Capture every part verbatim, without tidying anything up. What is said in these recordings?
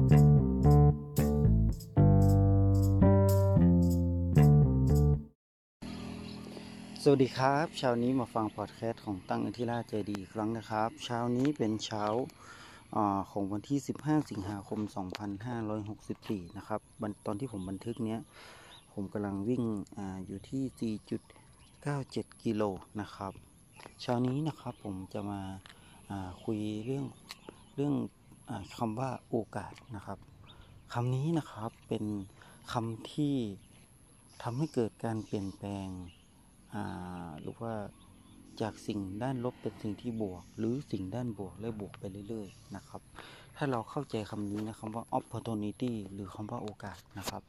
สวัสดีครับเช้านี้มาฟังพอดแคสต์ของตั้งอธิราชใจดีอีกครั้งนะครับเช้านี้เป็นเช้าอาของวันที่สิบห้าสิงหาคมสองพันห้าร้อยหกสิบสี่นะครับตอนที่ผมบันทึกเนี้ยผมกำลังวิ่ง อ, อยู่ที่ สี่จุดเก้าเจ็ด กิโลนะครับเช้านี้นะครับผมจะมาคุยเรื่องเรื่องอคำว่าโอกาสนะครับคำนี้นะครับเป็นคำที่ทำให้เกิดการเปลี่ยนแปลงหรือว่าจากสิ่งด้านลบเป็นสิ่งที่บวกหรือสิ่งด้านบวกและบวกไปเรื่อยๆนะครับถ้าเราเข้าใจคำนี้นะคำว่า opportunity หรือคำว่าโอกาสนะครับ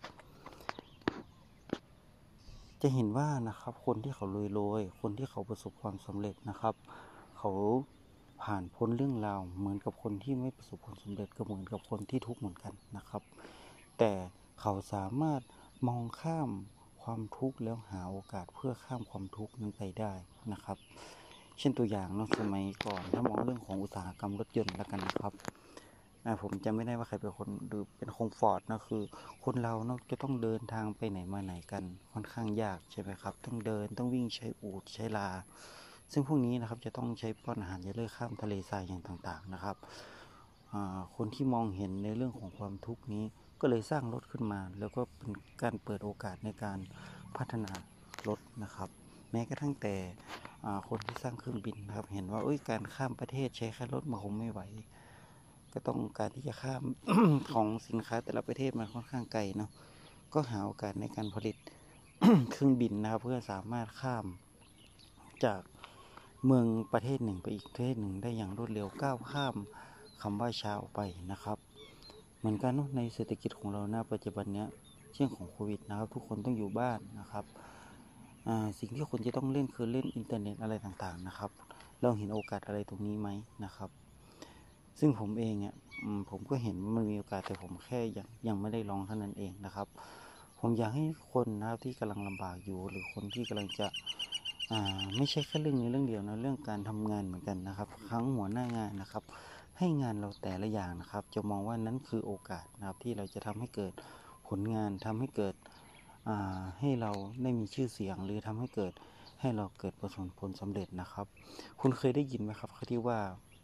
จะเห็นว่านะครับคนที่เขารวยๆคนที่เขาประสบความสำเร็จนะครับเขาผ่านพ้นเรื่องราวเหมือนกับคนที่ไม่ประสบความสำเร็จก็เหมือนกับคนที่ทุกข์เหมือนกันนะครับแต่เขาสามารถมองข้ามความทุกข์แล้วหาโอกาสเพื่อข้ามความทุกข์นั้นไปได้นะครับเช่นตัวอย่างเนาะสมัยก่อนถ้ามองเรื่องของอุตสาหกรรมรถยนต์แล้วกันนะครับผมจำไม่ได้ว่าใครเป็นคนหรือเป็นคงฟอร์ดนะคือคนเราเนาะจะต้องเดินทางไปไหนมาไหนกันค่อนข้างยากใช่ไหมครับต้องเดินต้องวิ่งใช้อูฐใช้ลาซึ่งพวกนี้นะครับจะต้องใช้ป้อนอาหารจะเลื่อยข้ามทะเลทรายอย่างต่างๆนะครับคนที่มองเห็นในเรื่องของความทุกข์นี้ก็เลยสร้างรถขึ้นมาแล้วก็เป็นการเปิดโอกาสในการพัฒนารถนะครับแม้กระทั่งแต่คนที่สร้างเครื่องบินนะครับเห็นว่าการข้ามประเทศใช้แค่รถมันคงไม่ไหวก็ต้องการที่จะข้าม ของสินค้าแต่ละประเทศมันค่อนข้างไกลเนาะก็หาโอกาสในการผลิต เครื่องบินนะครับเพื่อสามารถข้ามจากเมืองประเทศหนึ่งไปอีกประเทศหนึ่งได้อย่างรวดเร็วก้าวข้ามคำว่าช้าออกไปนะครับเหมือนกันในเศรษฐกิจของเราณปัจจุบันนี้เช่นของโควิดนะครับทุกคนต้องอยู่บ้านนะครับสิ่งที่คนจะต้องเล่นคือเล่นอินเทอร์เน็ตอะไรต่างๆนะครับเราเห็นโอกาสอะไรตรงนี้ไหมนะครับซึ่งผมเองเนี่ยผมก็เห็นว่ามันมีโอกาสแต่ผมแค่ยังยังไม่ได้ลองเท่านั้นเองนะครับผมอยากให้คนนะครับที่กำลังลำบากอยู่หรือคนที่กำลังจะไม่ใช่แค่เรื่องนี้เรื่องเดียวนะเรื่องการทำงานเหมือนกันนะครับครั้งหัวหน้างานนะครับให้งานเราแต่ละอย่างนะครับจะมองว่านั้นคือโอกาสนะครับที่เราจะทำให้เกิดผลงานทำให้เกิดให้เราได้มีชื่อเสียงหรือทำให้เกิดให้เราเกิดประสบผลสำเร็จนะครับคุณเคยได้ยินไหมครับเขาที่ว่า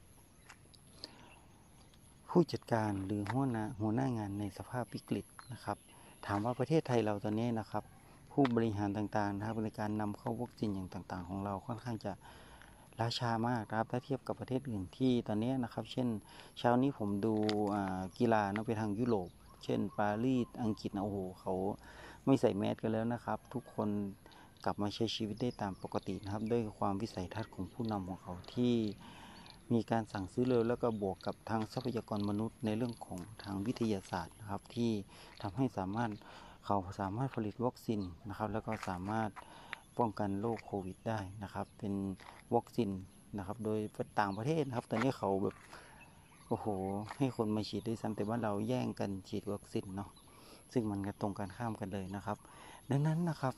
ผู้จัดการหรือหัวหน้าหัวหน้างานในสภาพวิกฤตนะครับถามว่าประเทศไทยเราตอนนี้นะครับผู้บริหารต่างๆนะครับในการนำเข้าวัคซีนอย่างต่างๆของเราค่อนข้างจะล้าช้ามากนะครับถ้าเทียบกับประเทศอื่นที่ตอนนี้นะครับเช่นเช้านี้ผมดูกีฬาเนาะไปทางยุโรปเช่นปารีสอังกฤษนะโอ้โหเขาไม่ใส่แมสกันแล้วนะครับทุกคนกลับมาใช้ชีวิตได้ตามปกตินะครับด้วยความวิสัยทัศน์ของผู้นำของเขาที่มีการสั่งซื้อเร็วแล้วก็บวกกับทางทรัพยากรมนุษย์ในเรื่องของทางวิทยาศาสตร์นะครับที่ทำให้สามารถเขาสามารถผลิตวัคซีนนะครับแล้วก็สามารถป้องกันโรคโควิดได้นะครับเป็นวัคซีนนะครับโดยต่างประเทศนะครับตอนนี้เขาแบบโอ้โหให้คนมาฉีดด้วยซ้ำแต่ว่าเราแย่งกันฉีดวัคซีนเนาะซึ่งมันก็ตรงกันข้ามกันเลยนะครับดังนั้นนะครับ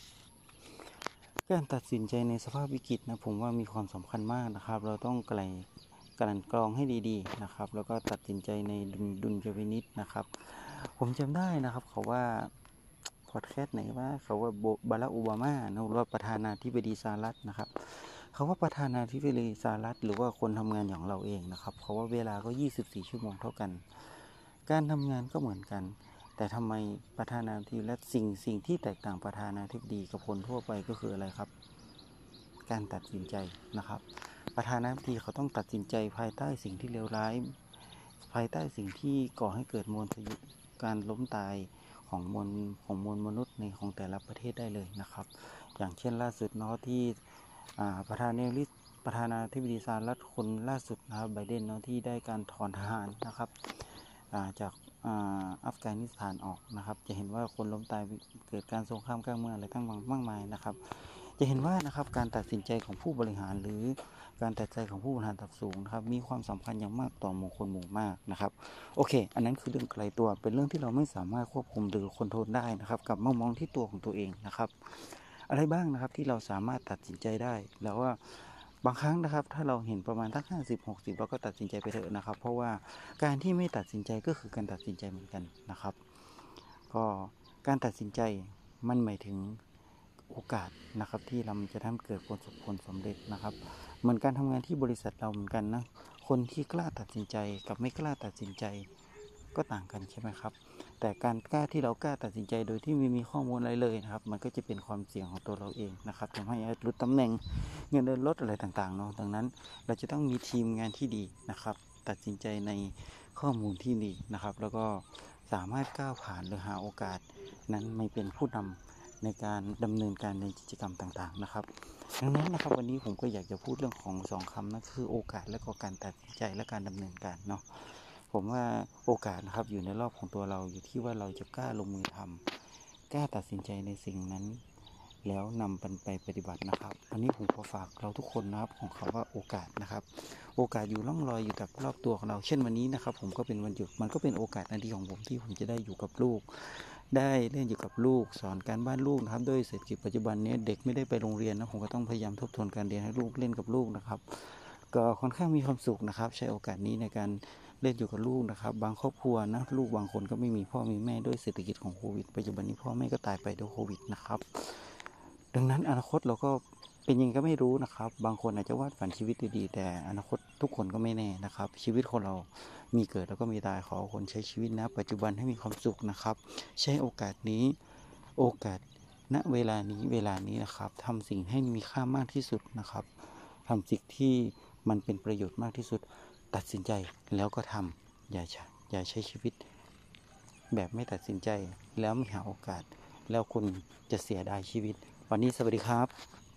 การตัดสินใจในสภาพวิกฤตนะผมว่ามีความสำคัญมากนะครับเราต้องไกลกลั่นกรองให้ดีๆนะครับแล้วก็ตัดสินใจในดุลยพินิจนะครับผมจำได้นะครับเขาว่าพอดแคสต์ไหนว่าเขาว่าบารักโอบามานะหรือว่าประธานาธิบดีสหรัฐนะครับเขาว่าประธานาธิบดีสหรัฐหรือว่าคนทำงานอย่างเราเองนะครับเขาว่าเวลาก็ยี่สิบสี่ชั่วโมงเท่ากันการทำงานก็เหมือนกันแต่ทำไมประธานาธิบดีและสิ่งสิ่งที่แตกต่างประธานาธิบดีกับคนทั่วไปก็คืออะไรครับการตัดสินใจนะครับประธานาธิบดีเขาต้องตัดสินใจภายใต้สิ่งที่เลวร้ายภายใต้สิ่งที่ก่อให้เกิดมวลพายุการล้มตายของมวลของมวลมนุษย์ในของแต่ละประเทศได้เลยนะครับอย่างเช่นล่าสุดเนาะที่ประธานาธิบดีประธานาธิบดีสหรัฐคนล่าสุดนะครับไบเดนเนาะที่ได้การถอนทหารนะครับจากอัฟกานิสถานออกนะครับจะเห็นว่าคนล้มตายเกิดการสงครามกลางเมืองอะไรตั้งมากมายนะครับจะเห็นว่านะครับการตัดสินใจของผู้บริหารหรือการตัดใจของผู้บริหารระดับสูงนะครับมีความสำคัญอย่างมากต่อหมู่คนหมู่มากนะครับโอเคอันนั้นคือเรื่องไกลตัวเป็นเรื่องที่เราไม่สามารถควบคุมหรือคอนโทรลได้นะครับกลับมามองที่ตัวของตัวเองนะครับอะไรบ้างนะครับที่เราสามารถตัดสินใจได้แล้วว่าบางครั้งนะครับถ้าเราเห็นประมาณสักห้าสิบ หกสิบเราก็ตัดสินใจไปเถอะนะครับเพราะว่าการที่ไม่ตัดสินใจก็คือการตัดสินใจเหมือนกันนะครับก็การตัดสินใจมันหมายถึงโอกาสนะครับที่เราจะทำเกิดผลสผลสำเร็จนะครับเหมือนการทำงานที่บริษัทเราเหมือนกันนะคนที่กล้าตัดสินใจกับไม่กล้าตัดสินใจก็ต่างกันใช่ไหมครับแต่การกล้าที่เรากล้าตัดสินใจโดยที่ไม่มีข้อมูลอะไรเลยนะครับมันก็จะเป็นความเสี่ยงของตัวเราเองนะครับทำให้หลุดตำแหน่งเงินเดือนลดอะไรต่างๆเนาะดังนั้นเราจะต้องมีทีมงานที่ดีนะครับตัดสินใจในข้อมูลที่ดีนะครับแล้วก็สามารถก้าวผ่านหรือหาโอกาสนั้นไม่เป็นผู้นำในการดำเนินการในกิจกรรมต่างๆนะครับดังนั้นนะครับวันนี้ผมก็อยากจะพูดเรื่องของสองคำนั่นคือโอกาสและก็การตัดสินใจและการดำเนินการเนาะผมว่าโอกาสนะครับอยู่ในรอบของตัวเราอยู่ที่ว่าเราจะกล้าลงมือทำกล้าตัดสินใจในสิ่งนั้นแล้วนำมันไปปฏิบัตินะครับอันนี้ผมขอฝากเราทุกคนนะครับของคำว่าโอกาสนะครับโอกาสอยู่ล่องลอยอยู่กับรอบตัวของเราเช่นวันนี้นะครับผมก็เป็นวันหยุดมันก็เป็นโอกาสอันดีของผมที่ผมจะได้อยู่กับลูกได้เล่นอยู่กับลูกสอนการบ้านลูกนะครับด้วยเศรษฐกิจปัจจุบันนี้เด็กไม่ได้ไปโรงเรียนนะผมก็ต้องพยายามทบทวนการเรียนให้ลูกเล่นกับลูกนะครับก็ค่อนข้างมีความสุขนะครับใช้โอกาสนี้ในการเล่นอยู่กับลูกนะครับบางครอบครัวนะลูกบางคนก็ไม่มีพ่อมีแม่ด้วยเศรษฐกิจของโควิดปัจจุบันนี้พ่อแม่ก็ตายไปด้วยโควิดนะครับดังนั้นอนาคตเราก็เป็นยังไงก็ไม่รู้นะครับบางคนอาจจะวาดฝันชีวิตดีๆแต่อนาคตทุกคนก็ไม่แน่นะครับชีวิตของเรามีเกิดแล้วก็มีตายขอคนใช้ชีวิตนะปัจจุบันให้มีความสุขนะครับใช้โอกาสนี้โอกาสณเวลานี้เวลานี้นะครับทำสิ่งให้มีค่ามากที่สุดนะครับทำสิ่งที่มันเป็นประโยชน์มากที่สุดตัดสินใจแล้วก็ทำอย่าอย่าใช้ชีวิตแบบไม่ตัดสินใจแล้วไม่หาโอกาสแล้วคุณจะเสียดายชีวิตวันนี้สวัสดีครับ